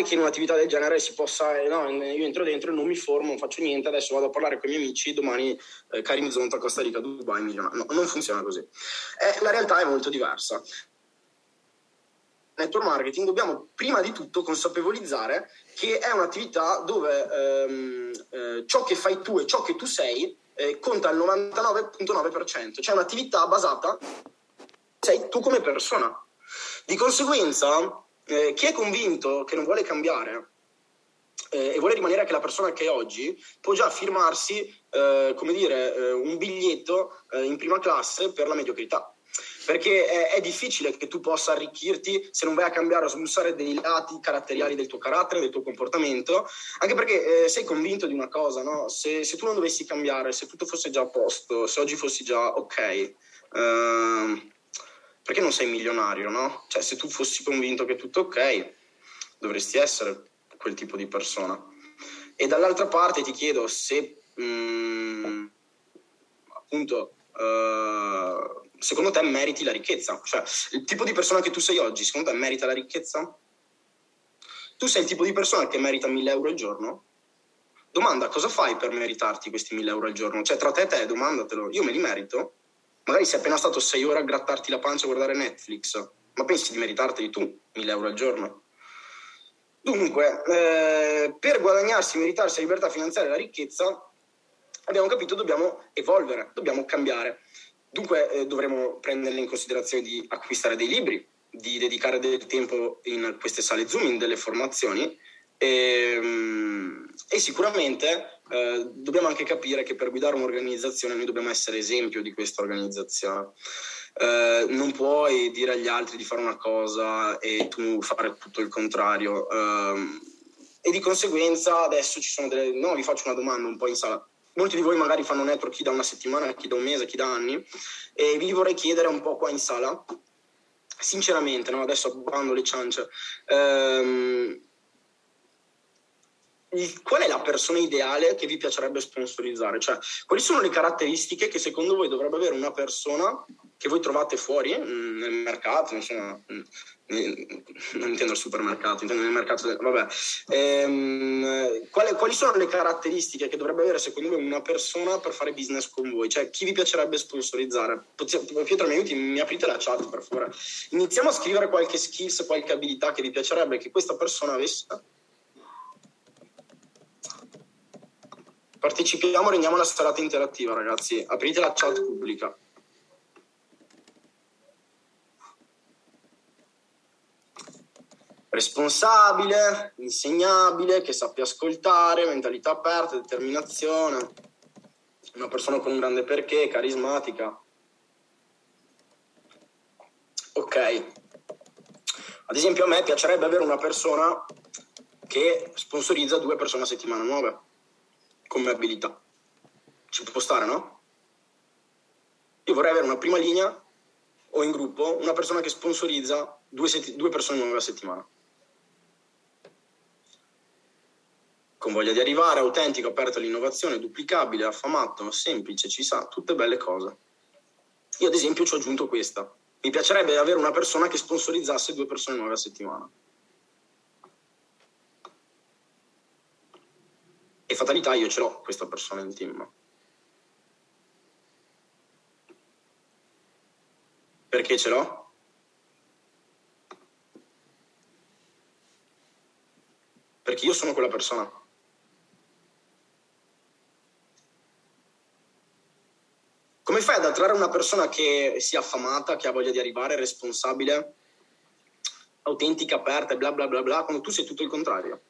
che in un'attività del genere si possa, no, io entro dentro e non mi formo, non faccio niente, adesso vado a parlare con i miei amici, domani Karim Zonta, Costa Rica, Dubai, milionario. No, non funziona così. La realtà è molto diversa. Network marketing dobbiamo prima di tutto consapevolizzare che è un'attività dove ciò che fai tu e ciò che tu sei conta il 99,9%, cioè un'attività basata sei tu come persona. Di conseguenza chi è convinto che non vuole cambiare e vuole rimanere anche la persona che è oggi, può già firmarsi un biglietto in prima classe per la mediocrità. Perché è difficile che tu possa arricchirti se non vai a cambiare o smussare dei lati caratteriali del tuo carattere, del tuo comportamento, anche perché sei convinto di una cosa, no? Se tu non dovessi cambiare, se tutto fosse già a posto, se oggi fossi già ok, perché non sei milionario, no? Cioè, se tu fossi convinto che è tutto ok, dovresti essere quel tipo di persona. E dall'altra parte ti chiedo se appunto secondo te meriti la ricchezza, cioè il tipo di persona che tu sei oggi secondo te merita la ricchezza? Tu sei il tipo di persona che merita 1.000 euro al giorno? Domanda, cosa fai per meritarti questi 1.000 euro al giorno? Cioè tra te e te, domandatelo, io me li merito? Magari sei appena stato 6 ore a grattarti la pancia a guardare Netflix, ma pensi di meritarteli tu 1.000 euro al giorno? Dunque, per guadagnarsi, meritarsi la libertà finanziaria e la ricchezza, abbiamo capito, dobbiamo evolvere, dobbiamo cambiare. Dunque dovremo prenderle in considerazione di acquistare dei libri, di dedicare del tempo in queste sale Zoom, in delle formazioni e sicuramente dobbiamo anche capire che per guidare un'organizzazione noi dobbiamo essere esempio di questa organizzazione. Non puoi dire agli altri di fare una cosa e tu fare tutto il contrario. E di conseguenza adesso ci sono delle... No, vi faccio una domanda un po' in sala. Molti di voi magari fanno network, chi da una settimana, chi da un mese, chi da anni, e vi vorrei chiedere un po' qua in sala, sinceramente, no? Adesso bando le ciance, qual è la persona ideale che vi piacerebbe sponsorizzare? Cioè, quali sono le caratteristiche che secondo voi dovrebbe avere una persona che voi trovate fuori nel mercato, insomma, non intendo il supermercato, intendo nel mercato, vabbè. Quali sono le caratteristiche che dovrebbe avere secondo voi una persona per fare business con voi? Cioè, chi vi piacerebbe sponsorizzare? Pietro, mi aiuti, mi aprite la chat per favore. Iniziamo a scrivere qualche skills, qualche abilità che vi piacerebbe che questa persona avesse. Partecipiamo, rendiamo la serata interattiva, ragazzi. Aprite la chat pubblica. Responsabile, insegnabile, che sappia ascoltare, mentalità aperta, determinazione, una persona con un grande perché, carismatica. Ok. Ad esempio a me piacerebbe avere una persona che sponsorizza 2 persone a settimana nuove come abilità. Ci può stare, no? Io vorrei avere una prima linea o in gruppo una persona che sponsorizza 2 persone nuove a settimana. Con voglia di arrivare, autentico, aperto all'innovazione, duplicabile, affamato, semplice, ci sa, tutte belle cose. Io ad esempio ci ho aggiunto questa. Mi piacerebbe avere una persona che sponsorizzasse 2 persone nuove a settimana. E fatalità, io ce l'ho questa persona in team. Perché ce l'ho? Perché io sono quella persona. Come fai ad attrarre una persona che sia affamata, che ha voglia di arrivare, responsabile, autentica, aperta e bla bla bla bla, quando tu sei tutto il contrario?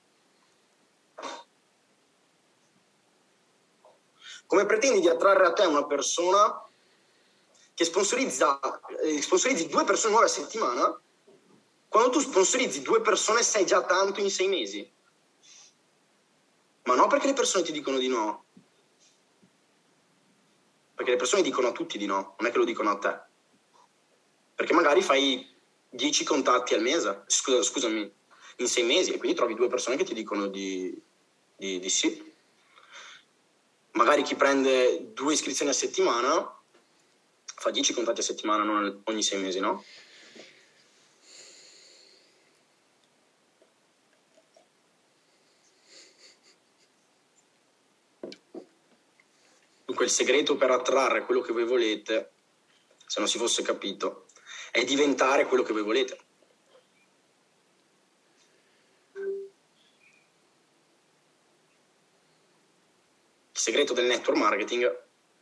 Come pretendi di attrarre a te una persona che sponsorizzi 2 persone nuove a settimana, quando tu sponsorizzi 2 persone sei già tanto in 6 mesi? Ma no perché le persone ti dicono di no. Perché le persone dicono a tutti di no, non è che lo dicono a te. Perché magari fai 10 contatti al mese, scusami, in 6 mesi, e quindi trovi 2 persone che ti dicono di sì. Magari chi prende 2 iscrizioni a settimana fa 10 contatti a settimana, non ogni 6 mesi, no? Dunque il segreto per attrarre quello che voi volete, se non si fosse capito, è diventare quello che voi volete. Il segreto del network marketing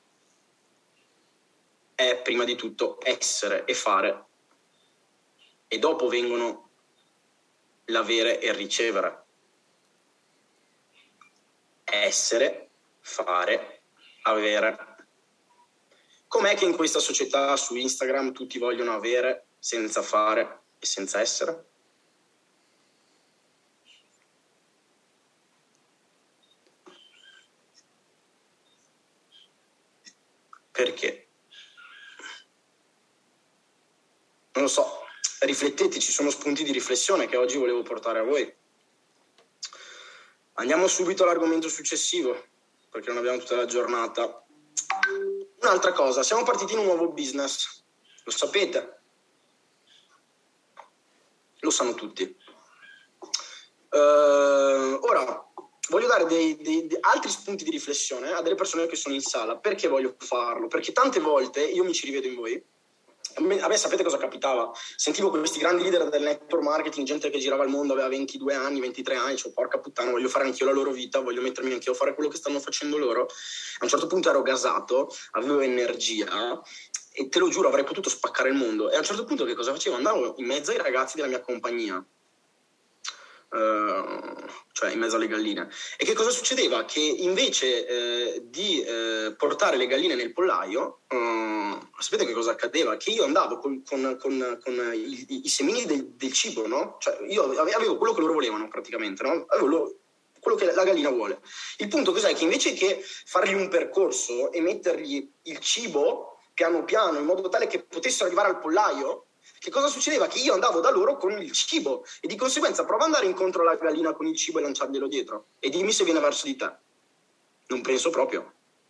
è prima di tutto essere e fare, e dopo vengono l'avere e il ricevere. Essere, fare, avere. Com'è che in questa società su Instagram tutti vogliono avere senza fare e senza essere? Perché? Non lo so, riflettete, ci sono spunti di riflessione che oggi volevo portare a voi. Andiamo subito all'argomento successivo, perché non abbiamo tutta la giornata. Un'altra cosa, siamo partiti in un nuovo business, lo sapete? Lo sanno tutti. Ora, voglio dare dei altri spunti di riflessione a delle persone che sono in sala. Perché voglio farlo? Perché tante volte io mi ci rivedo in voi. A me sapete cosa capitava? Sentivo questi grandi leader del network marketing, gente che girava il mondo, aveva 22 anni, 23 anni, cioè porca puttana, voglio fare anch'io la loro vita, voglio mettermi anch'io a fare quello che stanno facendo loro. A un certo punto ero gasato, avevo energia e te lo giuro avrei potuto spaccare il mondo. E a un certo punto che cosa facevo? Andavo in mezzo ai ragazzi della mia compagnia, cioè in mezzo alle galline. E che cosa succedeva? Che invece di portare le galline nel pollaio, sapete che cosa accadeva? Che io andavo con i semini del cibo, no? Cioè io avevo quello che loro volevano praticamente, no? Avevo quello che la gallina vuole. Il punto cos'è? Che invece che fargli un percorso e mettergli il cibo piano piano in modo tale che potessero arrivare al pollaio, che cosa succedeva? Che io andavo da loro con il cibo e di conseguenza prova ad andare incontro alla gallina con il cibo e lanciarglielo dietro e dimmi se viene verso di te. Non penso proprio.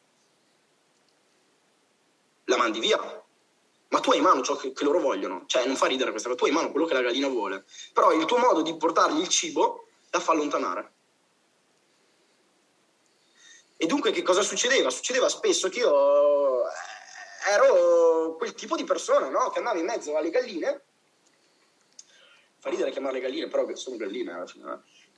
La mandi via. Ma tu hai in mano ciò che loro vogliono. Cioè, non fa ridere questa cosa. Tu hai in mano quello che la gallina vuole. Però il tuo modo di portargli il cibo la fa allontanare. E dunque che cosa succedeva? Succedeva spesso che io ero quel tipo di persona, no? Che andava in mezzo alle galline. Fa ridere chiamarle galline, però sono galline alla fine.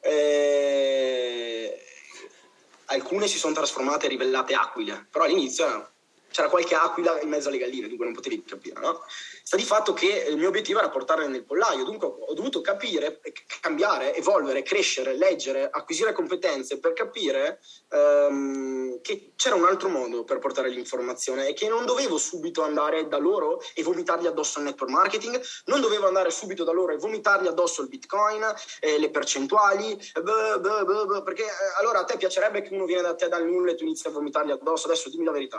Alcune si sono trasformate e rivelate aquile, però all'inizio c'era qualche aquila in mezzo alle galline, dunque non potevi capire, no? Sta di fatto che il mio obiettivo era portarle nel pollaio, dunque ho dovuto capire, cambiare, evolvere, crescere, leggere, acquisire competenze per capire che c'era un altro modo per portare l'informazione e che non dovevo subito andare da loro e vomitargli addosso il network marketing, non dovevo andare subito da loro e vomitargli addosso il bitcoin, le percentuali, perché allora a te piacerebbe che uno viene da te dal nulla e tu inizi a vomitargli addosso? Adesso dimmi la verità.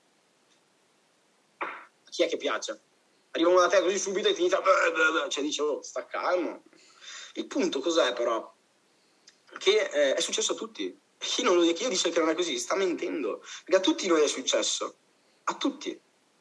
Chi è che piace? Arrivano da te così subito e ti inizia cioè dice oh, sta calmo. Il punto cos'è però? Che è successo a tutti. Chi dice che non è così sta mentendo, perché a tutti noi è successo, a tutti.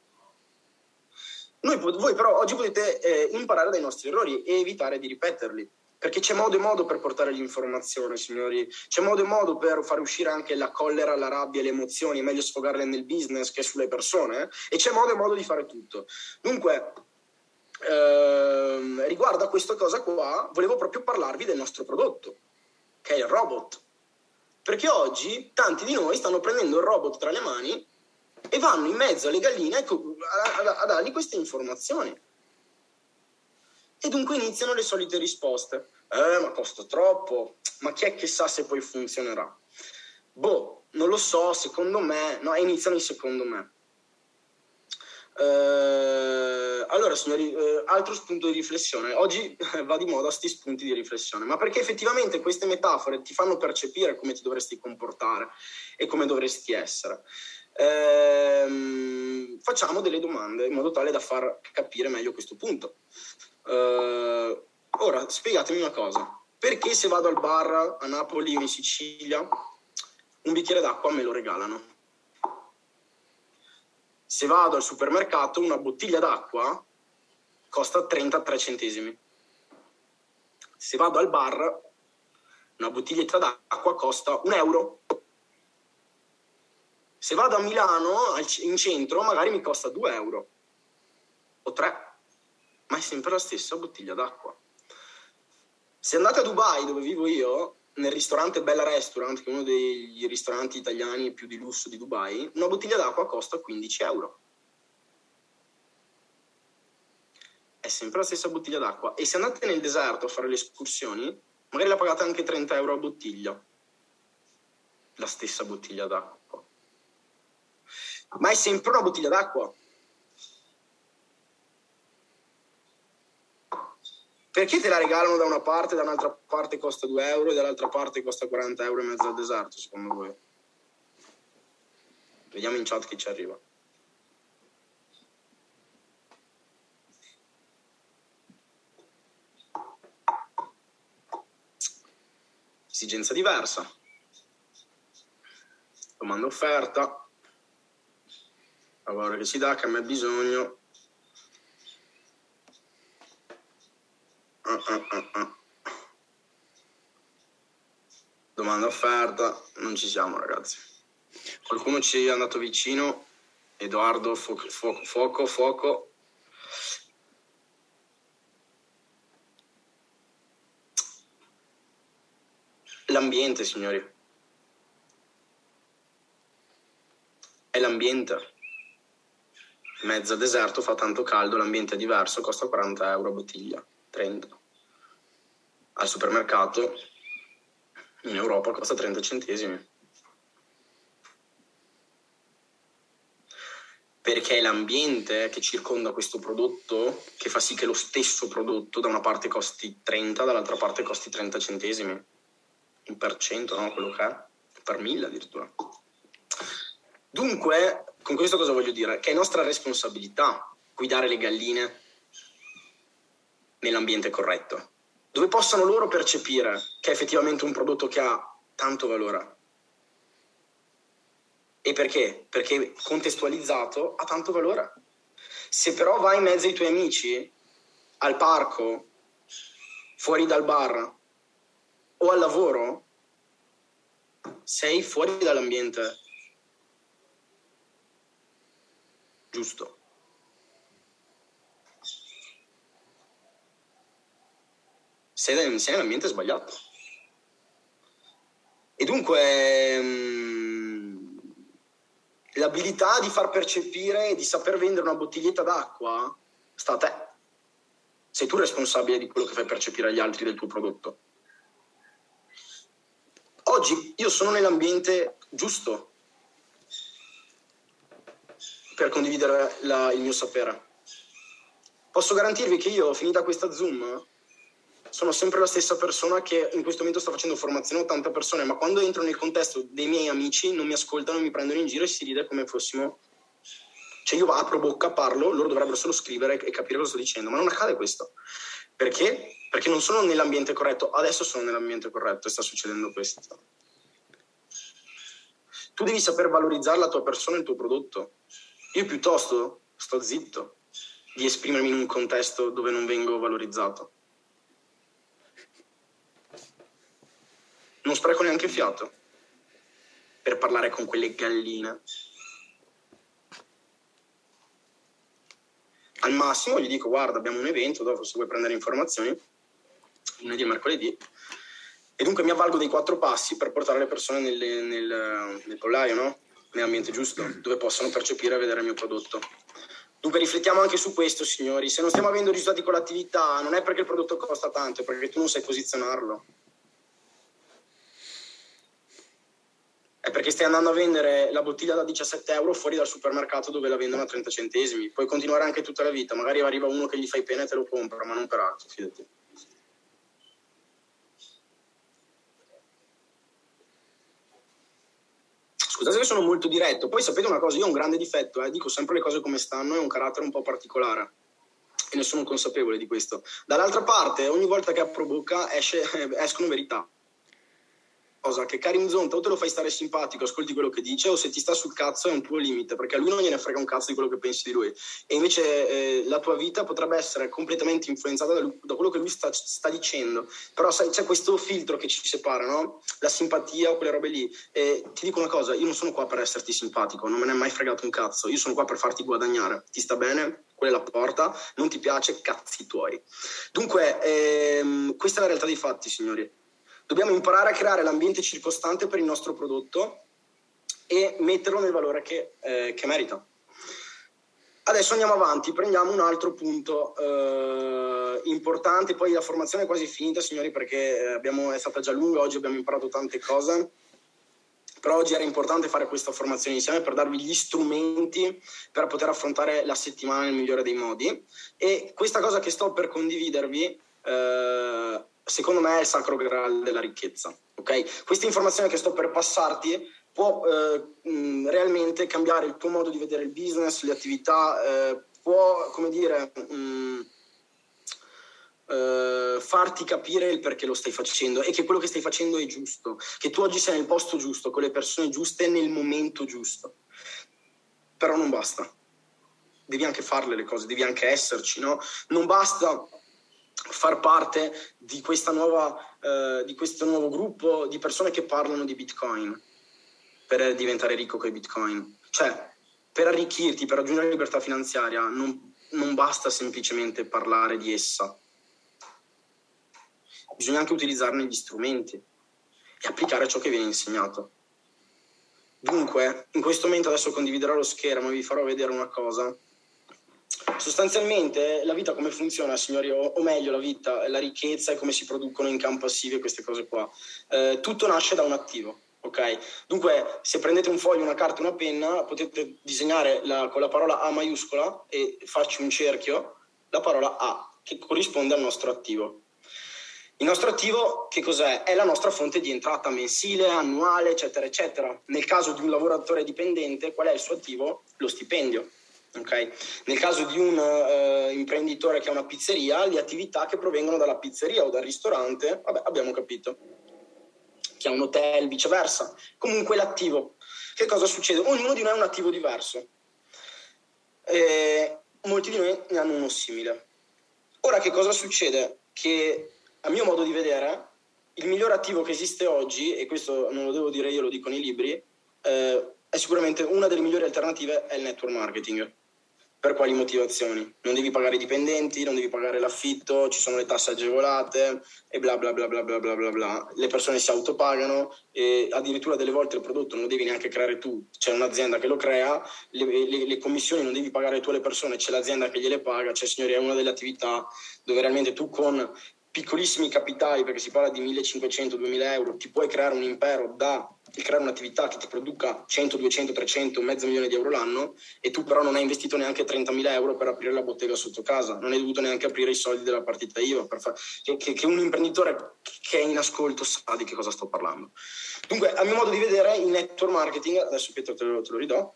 Voi però oggi potete imparare dai nostri errori e evitare di ripeterli, perché c'è modo e modo per portare l'informazione, signori, c'è modo e modo per far uscire anche la collera, la rabbia, le emozioni, è meglio sfogarle nel business che sulle persone, e c'è modo e modo di fare tutto. Dunque, riguardo a questa cosa qua, volevo proprio parlarvi del nostro prodotto, che è il robot, perché oggi tanti di noi stanno prendendo il robot tra le mani e vanno in mezzo alle galline a dargli queste informazioni. E dunque iniziano le solite risposte. Ma costa troppo, ma chi è che sa se poi funzionerà? Boh, non lo so, secondo me, no, iniziano i secondo me. Allora signori, altro spunto di riflessione. Oggi va di moda sti spunti di riflessione, ma perché effettivamente queste metafore ti fanno percepire come ti dovresti comportare e come dovresti essere. Facciamo delle domande in modo tale da far capire meglio questo punto. Ora spiegatemi una cosa: perché se vado al bar a Napoli o in Sicilia un bicchiere d'acqua me lo regalano? Se vado al supermercato una bottiglia d'acqua costa 33 centesimi. Se vado al bar una bottiglietta d'acqua costa €1. Se vado a Milano, in centro, magari mi costa 2 euro o 3, ma è sempre la stessa bottiglia d'acqua. Se andate a Dubai, dove vivo io, nel ristorante Bella Restaurant, che è uno dei ristoranti italiani più di lusso di Dubai, una bottiglia d'acqua costa 15 euro. È sempre la stessa bottiglia d'acqua. E se andate nel deserto a fare le escursioni, magari la pagate anche 30 euro a bottiglia. La stessa bottiglia d'acqua. Ma è sempre una bottiglia d'acqua. Perché te la regalano da una parte, da un'altra parte costa 2 euro e dall'altra parte costa 40 euro in mezzo al deserto, secondo voi? Vediamo in chat chi ci arriva. Esigenza diversa. Domanda offerta. Lavoro che si dà, che a me ha bisogno. Domanda offerta, non ci siamo ragazzi. Qualcuno ci è andato vicino? Edoardo, fuoco. L'ambiente, signori. È l'ambiente. In mezzo al deserto fa tanto caldo, l'ambiente è diverso, costa 40 euro a bottiglia, 30. Al supermercato in Europa costa 30 centesimi. Perché è l'ambiente che circonda questo prodotto che fa sì che lo stesso prodotto da una parte costi 30, dall'altra parte costi 30 centesimi. In per cento, no? Quello che è. Per 1000 addirittura. Dunque, con questo cosa voglio dire? Che è nostra responsabilità guidare le galline nell'ambiente corretto, dove possano loro percepire che è effettivamente un prodotto che ha tanto valore. E perché? Perché contestualizzato ha tanto valore. Se però vai in mezzo ai tuoi amici, al parco, fuori dal bar o al lavoro, sei fuori dall'ambiente giusto. Sei nell'ambiente sbagliato. E dunque l'abilità di far percepire e di saper vendere una bottiglietta d'acqua sta a te. Sei tu responsabile di quello che fai percepire agli altri del tuo prodotto. Oggi io sono nell'ambiente giusto per condividere il mio sapere. Posso garantirvi che io, finita questa Zoom, sono sempre la stessa persona che in questo momento sta facendo formazione a 80 persone, ma quando entro nel contesto dei miei amici non mi ascoltano, mi prendono in giro e si ride come fossimo... Cioè io apro bocca, parlo, loro dovrebbero solo scrivere e capire cosa sto dicendo, ma non accade questo. Perché? Perché non sono nell'ambiente corretto. Adesso sono nell'ambiente corretto e sta succedendo questo. Tu devi saper valorizzare la tua persona e il tuo prodotto. Io piuttosto sto zitto di esprimermi in un contesto dove non vengo valorizzato. Non spreco neanche fiato per parlare con quelle galline. Al massimo gli dico: guarda, abbiamo un evento, dopo se vuoi prendere informazioni, lunedì e mercoledì, e dunque mi avvalgo dei 4 passi per portare le persone nel pollaio, no? Nell'ambiente giusto, dove possono percepire e vedere il mio prodotto. Dunque riflettiamo anche su questo, signori. Se non stiamo avendo risultati con l'attività, non è perché il prodotto costa tanto, è perché tu non sai posizionarlo. È perché stai andando a vendere la bottiglia da 17 euro fuori dal supermercato dove la vendono a 30 centesimi. Puoi continuare anche tutta la vita. Magari arriva uno che gli fai pena e te lo compra, ma non per altro, fidati. Scusate che sono molto diretto. Poi sapete una cosa, io ho un grande difetto, dico sempre le cose come stanno e ho un carattere un po' particolare. E ne sono consapevole di questo. Dall'altra parte, ogni volta che apro bocca escono verità. cosa, che Karim Zonta o te lo fai stare simpatico, ascolti quello che dice, o se ti sta sul cazzo è un tuo limite, perché a lui non gliene frega un cazzo di quello che pensi di lui. E invece la tua vita potrebbe essere completamente influenzata da quello che lui sta dicendo. Però sai, c'è questo filtro che ci separa, no? La simpatia o quelle robe lì. E ti dico una cosa, io non sono qua per esserti simpatico, non me ne è mai fregato un cazzo, io sono qua per farti guadagnare. Ti sta bene? Quella è la porta, non ti piace, cazzi tuoi. Dunque, questa è la realtà dei fatti, signori. Dobbiamo imparare a creare l'ambiente circostante per il nostro prodotto e metterlo nel valore che merita. Adesso andiamo avanti, prendiamo un altro punto importante, poi la formazione è quasi finita, signori, perché è stata già lunga, oggi abbiamo imparato tante cose, però oggi era importante fare questa formazione insieme per darvi gli strumenti per poter affrontare la settimana nel migliore dei modi. E questa cosa che sto per condividervi secondo me è il sacro graal della ricchezza, ok? Questa informazione che sto per passarti può realmente cambiare il tuo modo di vedere il business, le attività, può, come dire, farti capire il perché lo stai facendo e che quello che stai facendo è giusto, che tu oggi sei nel posto giusto, con le persone giuste, nel momento giusto. Però non basta. Devi anche farle le cose, devi anche esserci, no? Non basta far parte di questo nuovo gruppo di persone che parlano di Bitcoin per diventare ricco con i Bitcoin. Cioè, per arricchirti, per raggiungere la libertà finanziaria, non basta semplicemente parlare di essa. Bisogna anche utilizzarne gli strumenti e applicare ciò che viene insegnato. Dunque, in questo momento adesso condividerò lo schermo e vi farò vedere una cosa. Sostanzialmente la vita come funziona, signori, o meglio la vita, la ricchezza e come si producono income passivi e queste cose qua. Tutto nasce da un attivo, ok? Dunque, se prendete un foglio, una carta e una penna, potete disegnare con la parola A maiuscola e farci un cerchio la parola A, che corrisponde al nostro attivo. Il nostro attivo che cos'è? È la nostra fonte di entrata mensile, annuale, eccetera, eccetera. Nel caso di un lavoratore dipendente, qual è il suo attivo? Lo stipendio. Okay. Nel caso di un imprenditore che ha una pizzeria, le attività che provengono dalla pizzeria o dal ristorante, vabbè, abbiamo capito. Chi ha un hotel, viceversa. Comunque l'attivo. Che cosa succede? Ognuno di noi ha un attivo diverso. Molti di noi ne hanno uno simile. Ora che cosa succede? Che a mio modo di vedere, il miglior attivo che esiste oggi, e questo non lo devo dire io, lo dico nei libri, è sicuramente una delle migliori alternative è il network marketing. Per quali motivazioni? Non devi pagare i dipendenti, non devi pagare l'affitto, ci sono le tasse agevolate e bla bla bla bla bla bla bla bla. Le persone si autopagano e addirittura delle volte il prodotto non lo devi neanche creare tu, c'è un'azienda che lo crea, le commissioni non devi pagare tu alle persone, c'è l'azienda che gliele paga. Cioè, signori, è una delle attività dove realmente tu con piccolissimi capitali, perché si parla di 1.500-2.000 euro, ti puoi creare un impero e creare un'attività che ti produca 100, 200, 300, mezzo milione di euro l'anno, e tu però non hai investito neanche 30.000 euro per aprire la bottega sotto casa, non hai dovuto neanche aprire i soldi della partita IVA, che un imprenditore che è in ascolto sa di che cosa sto parlando. Dunque, a mio modo di vedere, il network marketing, adesso Pietro te lo ridò,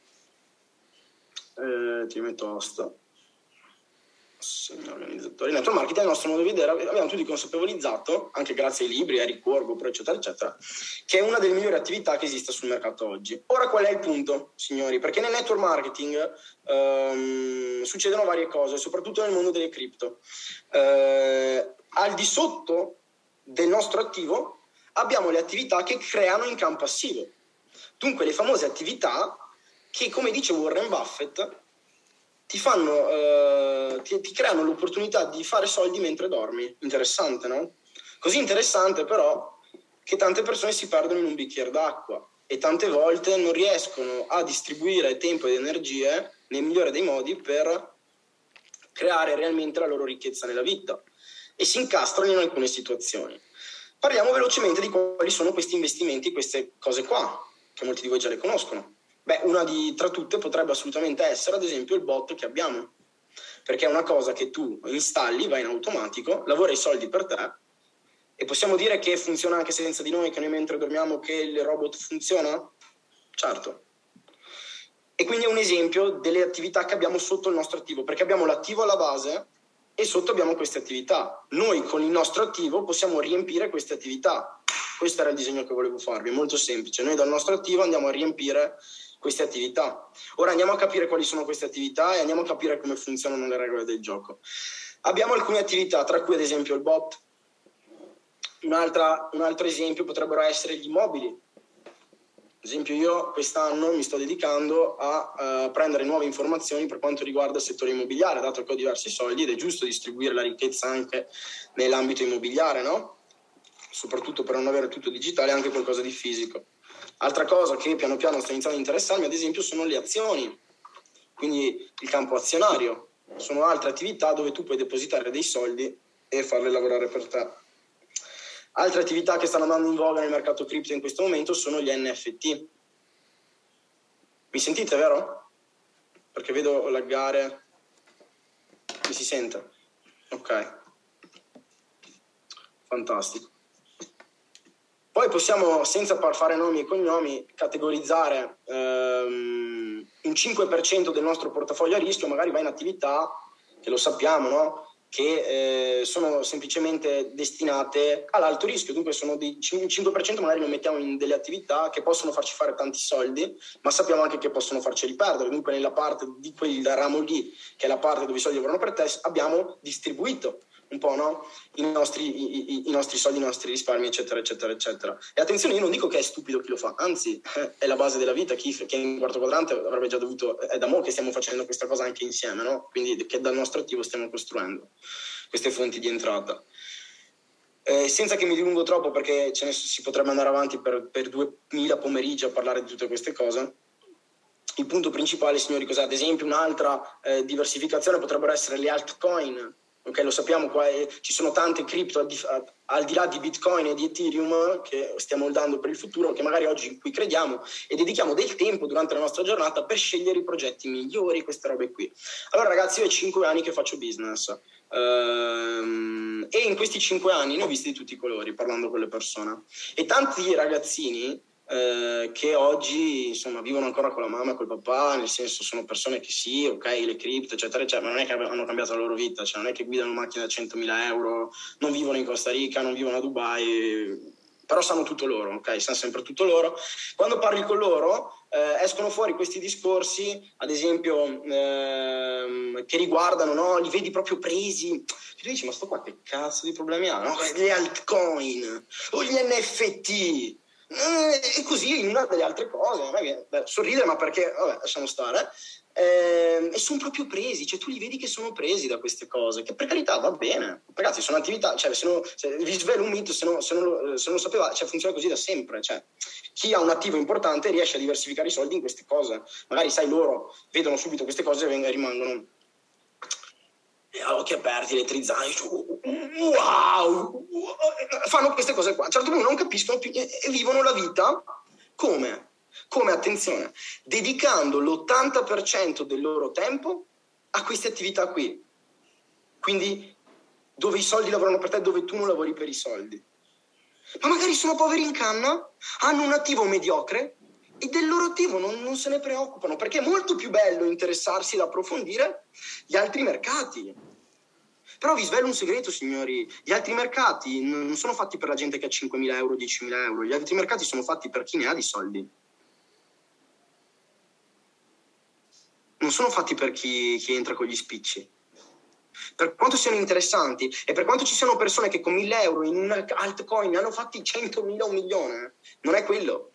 ti metto host. Organizzatori. Il network marketing, al nostro modo di vedere, abbiamo tutti consapevolizzato, anche grazie ai libri, Eric Worgo, eccetera, eccetera, che è una delle migliori attività che esista sul mercato oggi. Ora, qual è il punto, signori? Perché nel network marketing succedono varie cose, soprattutto nel mondo delle cripto. Al di sotto del nostro attivo abbiamo le attività che creano income passivo. Dunque, le famose attività che, come dice Warren Buffett, ti creano l'opportunità di fare soldi mentre dormi. Interessante, no? Così interessante però che tante persone si perdono in un bicchiere d'acqua e tante volte non riescono a distribuire tempo ed energie nel migliore dei modi per creare realmente la loro ricchezza nella vita e si incastrano in alcune situazioni. Parliamo velocemente di quali sono questi investimenti, queste cose qua, che molti di voi già le conoscono. Beh, una tra tutte potrebbe assolutamente essere, ad esempio, il bot che abbiamo, perché è una cosa che tu installi, va in automatico, lavora i soldi per te, e possiamo dire che funziona anche senza di noi, che noi mentre dormiamo che il robot funziona? Certo. E quindi è un esempio delle attività che abbiamo sotto il nostro attivo, perché abbiamo l'attivo alla base e sotto abbiamo queste attività. Noi con il nostro attivo possiamo riempire queste attività. Questo era il disegno che volevo farvi, è molto semplice. Noi dal nostro attivo andiamo a riempire queste attività. Ora andiamo a capire quali sono queste attività e andiamo a capire come funzionano le regole del gioco. Abbiamo alcune attività, tra cui ad esempio il bot. Un altro esempio potrebbero essere gli immobili. Ad esempio io quest'anno mi sto dedicando a prendere nuove informazioni per quanto riguarda il settore immobiliare, dato che ho diversi soldi ed è giusto distribuire la ricchezza anche nell'ambito immobiliare, no? Soprattutto per non avere tutto digitale, anche qualcosa di fisico. Altra cosa che piano piano sta iniziando a interessarmi, ad esempio, sono le azioni, quindi il campo azionario. Sono altre attività dove tu puoi depositare dei soldi e farle lavorare per te. Altre attività che stanno andando in voga nel mercato cripto in questo momento sono gli NFT. Mi sentite, vero? Perché vedo laggare. Mi si sente? Ok. Fantastico. Poi possiamo, senza fare nomi e cognomi, categorizzare un 5% del nostro portafoglio a rischio, magari va in attività, che lo sappiamo, no? Che sono semplicemente destinate all'alto rischio, dunque sono il 5% magari lo mettiamo in delle attività che possono farci fare tanti soldi, ma sappiamo anche che possono farceli perdere, dunque nella parte di quel ramo lì, che è la parte dove i soldi lavorano per te, abbiamo distribuito un po', no? I nostri soldi, i nostri risparmi, eccetera, eccetera, eccetera. E attenzione, io non dico che è stupido chi lo fa, anzi, è la base della vita. Chi è in quarto quadrante avrebbe già dovuto, è da mo' che stiamo facendo questa cosa anche insieme, no? Quindi che dal nostro attivo stiamo costruendo queste fonti di entrata. Senza che mi dilungo troppo, perché si potrebbe andare avanti per 2000 pomeriggi a parlare di tutte queste cose. Il punto principale, signori, cos'è? Ad esempio, un'altra diversificazione potrebbero essere le altcoin. Ok, lo sappiamo, qua ci sono tante cripto al di là di Bitcoin e di Ethereum che stiamo dando per il futuro, che magari oggi in cui crediamo, e dedichiamo del tempo durante la nostra giornata per scegliere i progetti migliori, queste robe qui. Allora ragazzi, io ho 5 anni che faccio business e in questi 5 anni ne ho visti di tutti i colori parlando con le persone, e tanti ragazzini che oggi insomma vivono ancora con la mamma e col papà, nel senso sono persone che sì, ok, le cripto eccetera eccetera, ma non è che hanno cambiato la loro vita, cioè non è che guidano macchine da 100.000 euro, non vivono in Costa Rica, non vivono a Dubai, però sanno tutto loro, ok, sanno sempre tutto loro. Quando parli con loro escono fuori questi discorsi, ad esempio che riguardano, no, li vedi proprio presi, tu dici ma sto qua che cazzo di problemi ha, no? Le altcoin o gli NFT. E così in una delle altre cose, non è che sorridere, ma perché, vabbè, lasciamo stare, e sono proprio presi, cioè tu li vedi che sono presi da queste cose, che per carità va bene, ragazzi, sono attività, cioè se vi svelo un mito, se non lo sapeva, cioè funziona così da sempre, cioè chi ha un attivo importante riesce a diversificare i soldi in queste cose, magari sai, loro vedono subito queste cose e rimangono a occhi aperti, elettrizzati, wow, fanno queste cose qua, a un certo punto non capiscono più e vivono la vita come, attenzione, dedicando l'80% del loro tempo a queste attività qui, quindi dove i soldi lavorano per te, dove tu non lavori per i soldi, ma magari sono poveri in canna, hanno un attivo mediocre e del loro attivo non se ne preoccupano, perché è molto più bello interessarsi ed approfondire gli altri mercati. Però vi svelo un segreto, signori, gli altri mercati non sono fatti per la gente che ha 5.000 euro, 10.000 euro, gli altri mercati sono fatti per chi ne ha di soldi. Non sono fatti per chi entra con gli spicci. Per quanto siano interessanti e per quanto ci siano persone che con 1.000 euro in una altcoin ne hanno fatti 100.000 o 1.000.000, non è quello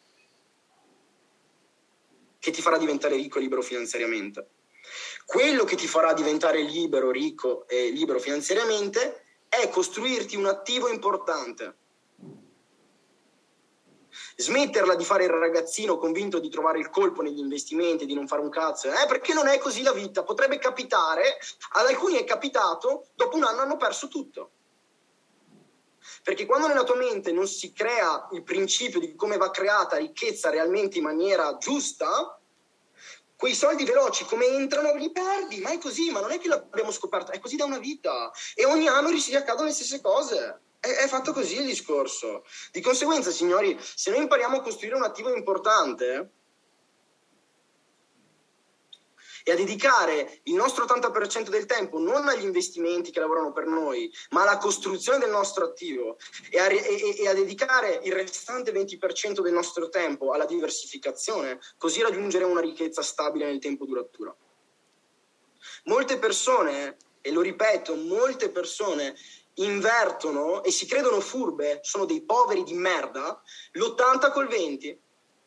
che ti farà diventare ricco e libero finanziariamente. Quello che ti farà diventare libero, ricco e libero finanziariamente è costruirti un attivo importante. Smetterla di fare il ragazzino convinto di trovare il colpo negli investimenti, di non fare un cazzo, perché non è così la vita. Potrebbe capitare, ad alcuni è capitato, dopo un anno hanno perso tutto. Perché quando nella tua mente non si crea il principio di come va creata ricchezza realmente in maniera giusta, quei soldi veloci come entrano li perdi, ma è così, ma non è che l'abbiamo scoperto, è così da una vita e ogni anno accadono le stesse cose, è fatto così il discorso. Di conseguenza, signori, se noi impariamo a costruire un attivo importante e a dedicare il nostro 80% del tempo non agli investimenti che lavorano per noi, ma alla costruzione del nostro attivo e a dedicare il restante 20% del nostro tempo alla diversificazione, così raggiungeremo una ricchezza stabile nel tempo duratura. Molte persone, e lo ripeto, molte persone invertono e si credono furbe, sono dei poveri di merda, l'80 col 20.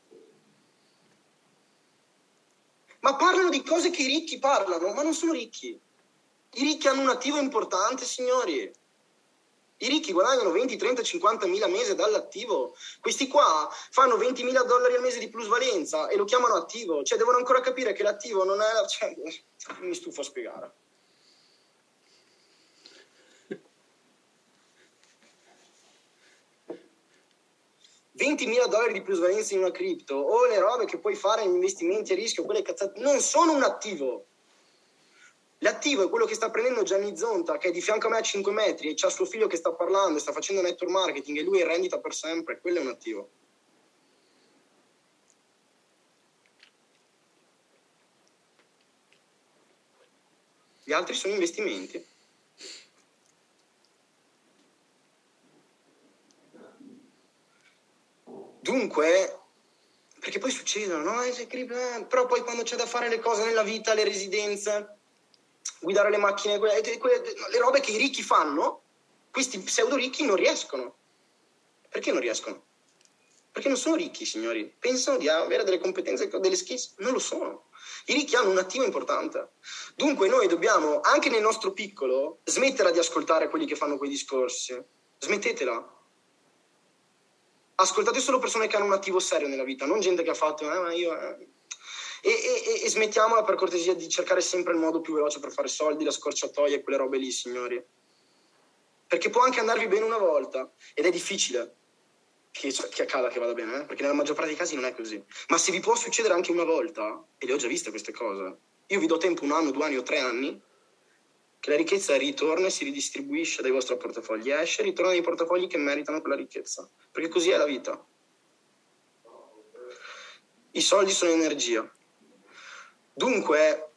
Ma parlano di cose che i ricchi parlano, ma non sono ricchi. I ricchi hanno un attivo importante, signori. I ricchi guadagnano 20, 30, 50 mila al mese dall'attivo. Questi qua fanno 20 mila dollari al mese di plusvalenza e lo chiamano attivo. Cioè, devono ancora capire che l'attivo non è... Cioè, mi stufo a spiegare. $20.000 di plusvalenza in una cripto o le robe che puoi fare negli investimenti a rischio, quelle cazzate, non sono un attivo. L'attivo è quello che sta prendendo Gianni Zonta, che è di fianco a me a 5 metri e c'ha suo figlio che sta parlando e sta facendo network marketing e lui è in rendita per sempre. Quello è un attivo. Gli altri sono investimenti. Dunque, perché poi succedono, no? Però poi quando c'è da fare le cose nella vita, le residenze, guidare le macchine, le robe che i ricchi fanno, questi pseudo ricchi non riescono. Perché non riescono? Perché non sono ricchi, signori. Pensano di avere delle competenze, delle skills, non lo sono. I ricchi hanno un attivo importante. Dunque noi dobbiamo, anche nel nostro piccolo, smetterla di ascoltare quelli che fanno quei discorsi. Smettetela. Ascoltate solo persone che hanno un attivo serio nella vita, non gente che ha fatto ma io... E smettiamola per cortesia di cercare sempre il modo più veloce per fare soldi, la scorciatoia e quelle robe lì, signori. Perché può anche andarvi bene una volta, ed è difficile che accada che vada bene, perché nella maggior parte dei casi non è così. Ma se vi può succedere anche una volta, e le ho già viste queste cose, io vi do tempo 1 anno, 2 anni o 3 anni, che la ricchezza ritorna e si ridistribuisce dai vostri portafogli, esce e ritorna nei portafogli che meritano quella ricchezza, perché così è la vita. I soldi sono energia. Dunque,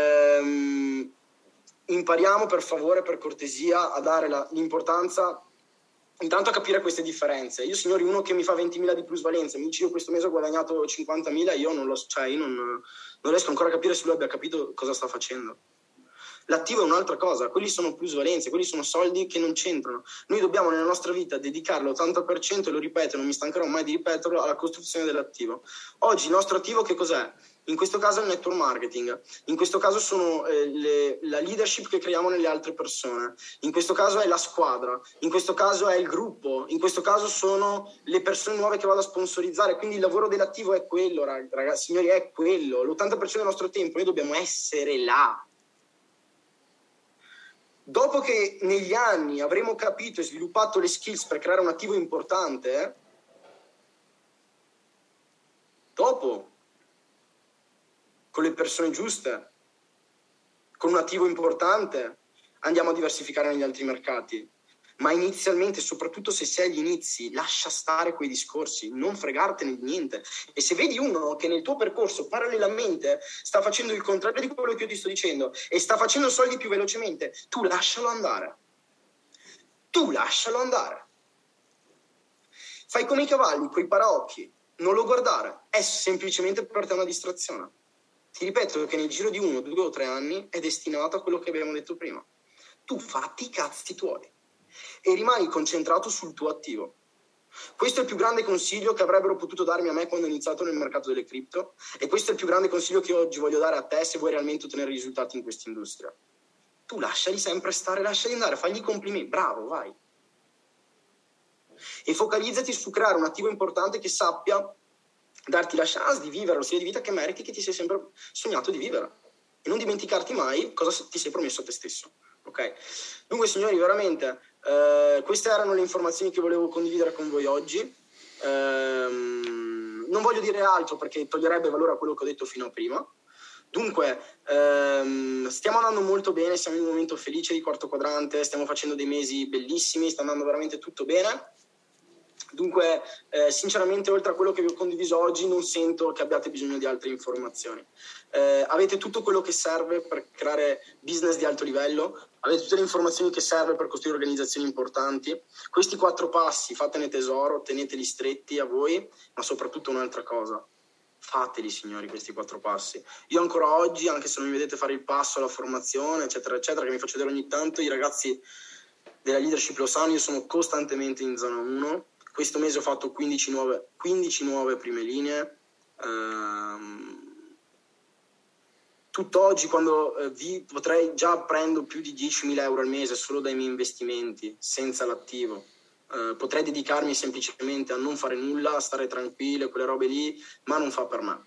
impariamo per favore, per cortesia, a dare l'importanza, intanto a capire queste differenze. Io, signori, uno che mi fa 20.000 di plusvalenza, mi dice io questo mese ho guadagnato 50.000, io non riesco ancora a capire se lui abbia capito cosa sta facendo. L'attivo è un'altra cosa, quelli sono plusvalenze, quelli sono soldi che non c'entrano. Noi dobbiamo nella nostra vita dedicare l'80%, e lo ripeto, non mi stancherò mai di ripeterlo, alla costruzione dell'attivo. Oggi il nostro attivo che cos'è? In questo caso è il network marketing, in questo caso sono la leadership che creiamo nelle altre persone, in questo caso è la squadra, in questo caso è il gruppo, in questo caso sono le persone nuove che vado a sponsorizzare, quindi il lavoro dell'attivo è quello, ragazzi, signori, è quello. L'80% del nostro tempo noi dobbiamo essere là. Dopo che negli anni avremo capito e sviluppato le skills per creare un attivo importante, dopo, con le persone giuste, con un attivo importante, andiamo a diversificare negli altri mercati. Ma inizialmente, soprattutto se sei agli inizi, lascia stare quei discorsi, non fregartene di niente. E se vedi uno che nel tuo percorso parallelamente sta facendo il contrario di quello che io ti sto dicendo e sta facendo soldi più velocemente, tu lascialo andare. Tu lascialo andare. Fai come i cavalli, coi paraocchi, non lo guardare, è semplicemente per te una distrazione. Ti ripeto che nel giro di 1, 2 o 3 anni è destinato a quello che abbiamo detto prima. Tu fatti i cazzi tuoi e rimani concentrato sul tuo attivo. Questo è il più grande consiglio che avrebbero potuto darmi a me quando ho iniziato nel mercato delle cripto e questo è il più grande consiglio che oggi voglio dare a te se vuoi realmente ottenere risultati in questa industria. Tu lasciali sempre stare, lasciali andare, fagli i complimenti, bravo, vai. E focalizzati su creare un attivo importante che sappia darti la chance di vivere lo stile di vita che meriti, che ti sei sempre sognato di vivere. E non dimenticarti mai cosa ti sei promesso a te stesso. Ok? Dunque, signori, veramente queste erano le informazioni che volevo condividere con voi oggi. Non voglio dire altro perché toglierebbe valore a quello che ho detto fino a prima. Dunque, stiamo andando molto bene, siamo in un momento felice di quarto quadrante, stiamo facendo dei mesi bellissimi, sta andando veramente tutto bene. Dunque, sinceramente, oltre a quello che vi ho condiviso oggi, non sento che abbiate bisogno di altre informazioni. Avete tutto quello che serve per creare business di alto livello, avete tutte le informazioni che serve per costruire organizzazioni importanti. Questi 4 passi, fatene tesoro, teneteli stretti a voi, ma soprattutto un'altra cosa. Fateli, signori, questi 4 passi. Io ancora oggi, anche se non mi vedete fare il passo alla formazione, eccetera, eccetera, che mi faccio vedere ogni tanto, i ragazzi della leadership lo sanno, io sono costantemente in zona 1. Questo mese ho fatto 15 nuove prime linee. Tutt'oggi, quando vi potrei già prendo più di 10.000 euro al mese solo dai miei investimenti, senza l'attivo. Potrei dedicarmi semplicemente a non fare nulla, a stare tranquillo, quelle robe lì, ma non fa per me.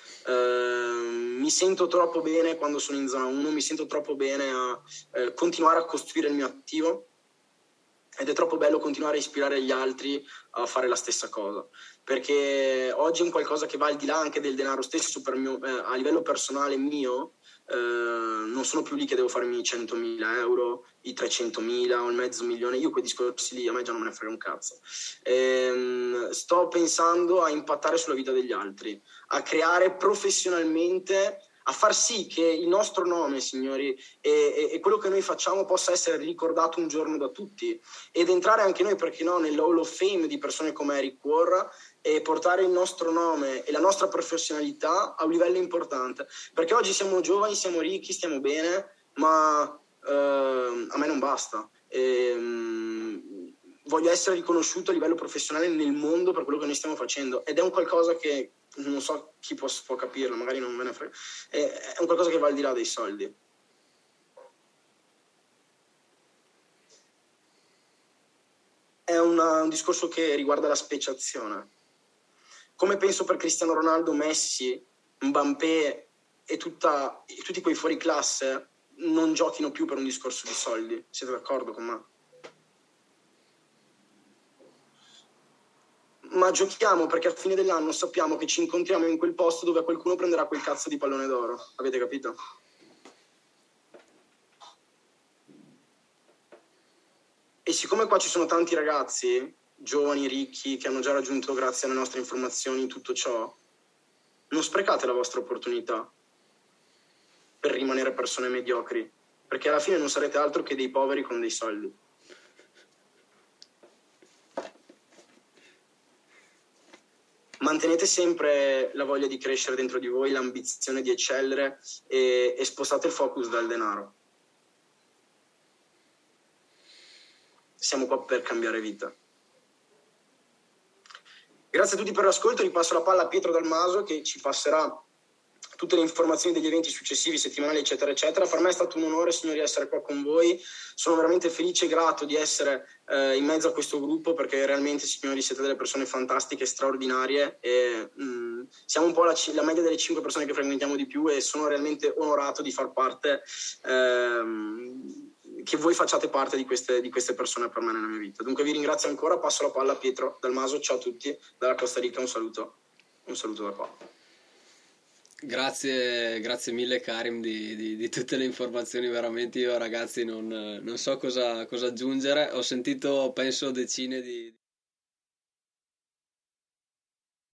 Mi sento troppo bene quando sono in zona 1, mi sento troppo bene a continuare a costruire il mio attivo, ed è troppo bello continuare a ispirare gli altri a fare la stessa cosa, perché oggi è un qualcosa che va al di là anche del denaro stesso. A livello personale mio, non sono più lì che devo farmi i 100.000 euro, i 300.000 o il mezzo milione. Io quei discorsi lì a me già non me ne frega un cazzo. Sto pensando a impattare sulla vita degli altri, a creare professionalmente, a far sì che il nostro nome, signori, e quello che noi facciamo possa essere ricordato un giorno da tutti, ed entrare anche noi, perché no, nell'Hall of Fame di persone come Eric Worre, e portare il nostro nome e la nostra professionalità a un livello importante, perché oggi siamo giovani, siamo ricchi, stiamo bene, ma a me non basta. Voglio essere riconosciuto a livello professionale nel mondo per quello che noi stiamo facendo, ed è un qualcosa che non so chi può capirlo, magari non me ne frega, è un qualcosa che va al di là dei soldi. È un discorso che riguarda la speciazione. Come penso per Cristiano Ronaldo, Messi, Mbappé e tutti quei fuori classe non giochino più per un discorso di soldi. Siete d'accordo con me? Ma giochiamo perché a fine dell'anno sappiamo che ci incontriamo in quel posto dove qualcuno prenderà quel cazzo di pallone d'oro. Avete capito? E siccome qua ci sono tanti ragazzi, giovani, ricchi, che hanno già raggiunto, grazie alle nostre informazioni, tutto ciò, non sprecate la vostra opportunità per rimanere persone mediocri, perché alla fine non sarete altro che dei poveri con dei soldi. Mantenete sempre la voglia di crescere dentro di voi, l'ambizione di eccellere, e spostate il focus dal denaro. Siamo qua per cambiare vita. Grazie a tutti per l'ascolto, ripasso la palla a Pietro Dalmaso che ci passerà tutte le informazioni degli eventi successivi, settimanali, eccetera, eccetera. Per me è stato un onore, signori, essere qua con voi. Sono veramente felice e grato di essere in mezzo a questo gruppo, perché realmente, signori, siete delle persone fantastiche, straordinarie, e siamo un po' la media delle 5 persone che frequentiamo di più, e sono realmente onorato di far parte, che voi facciate parte di queste persone per me nella mia vita. Dunque vi ringrazio ancora, passo la palla a Pietro Dalmaso. Ciao a tutti dalla Costa Rica, un saluto da qua. Grazie mille Karim di tutte le informazioni, veramente io ragazzi non so cosa aggiungere, ho sentito penso decine di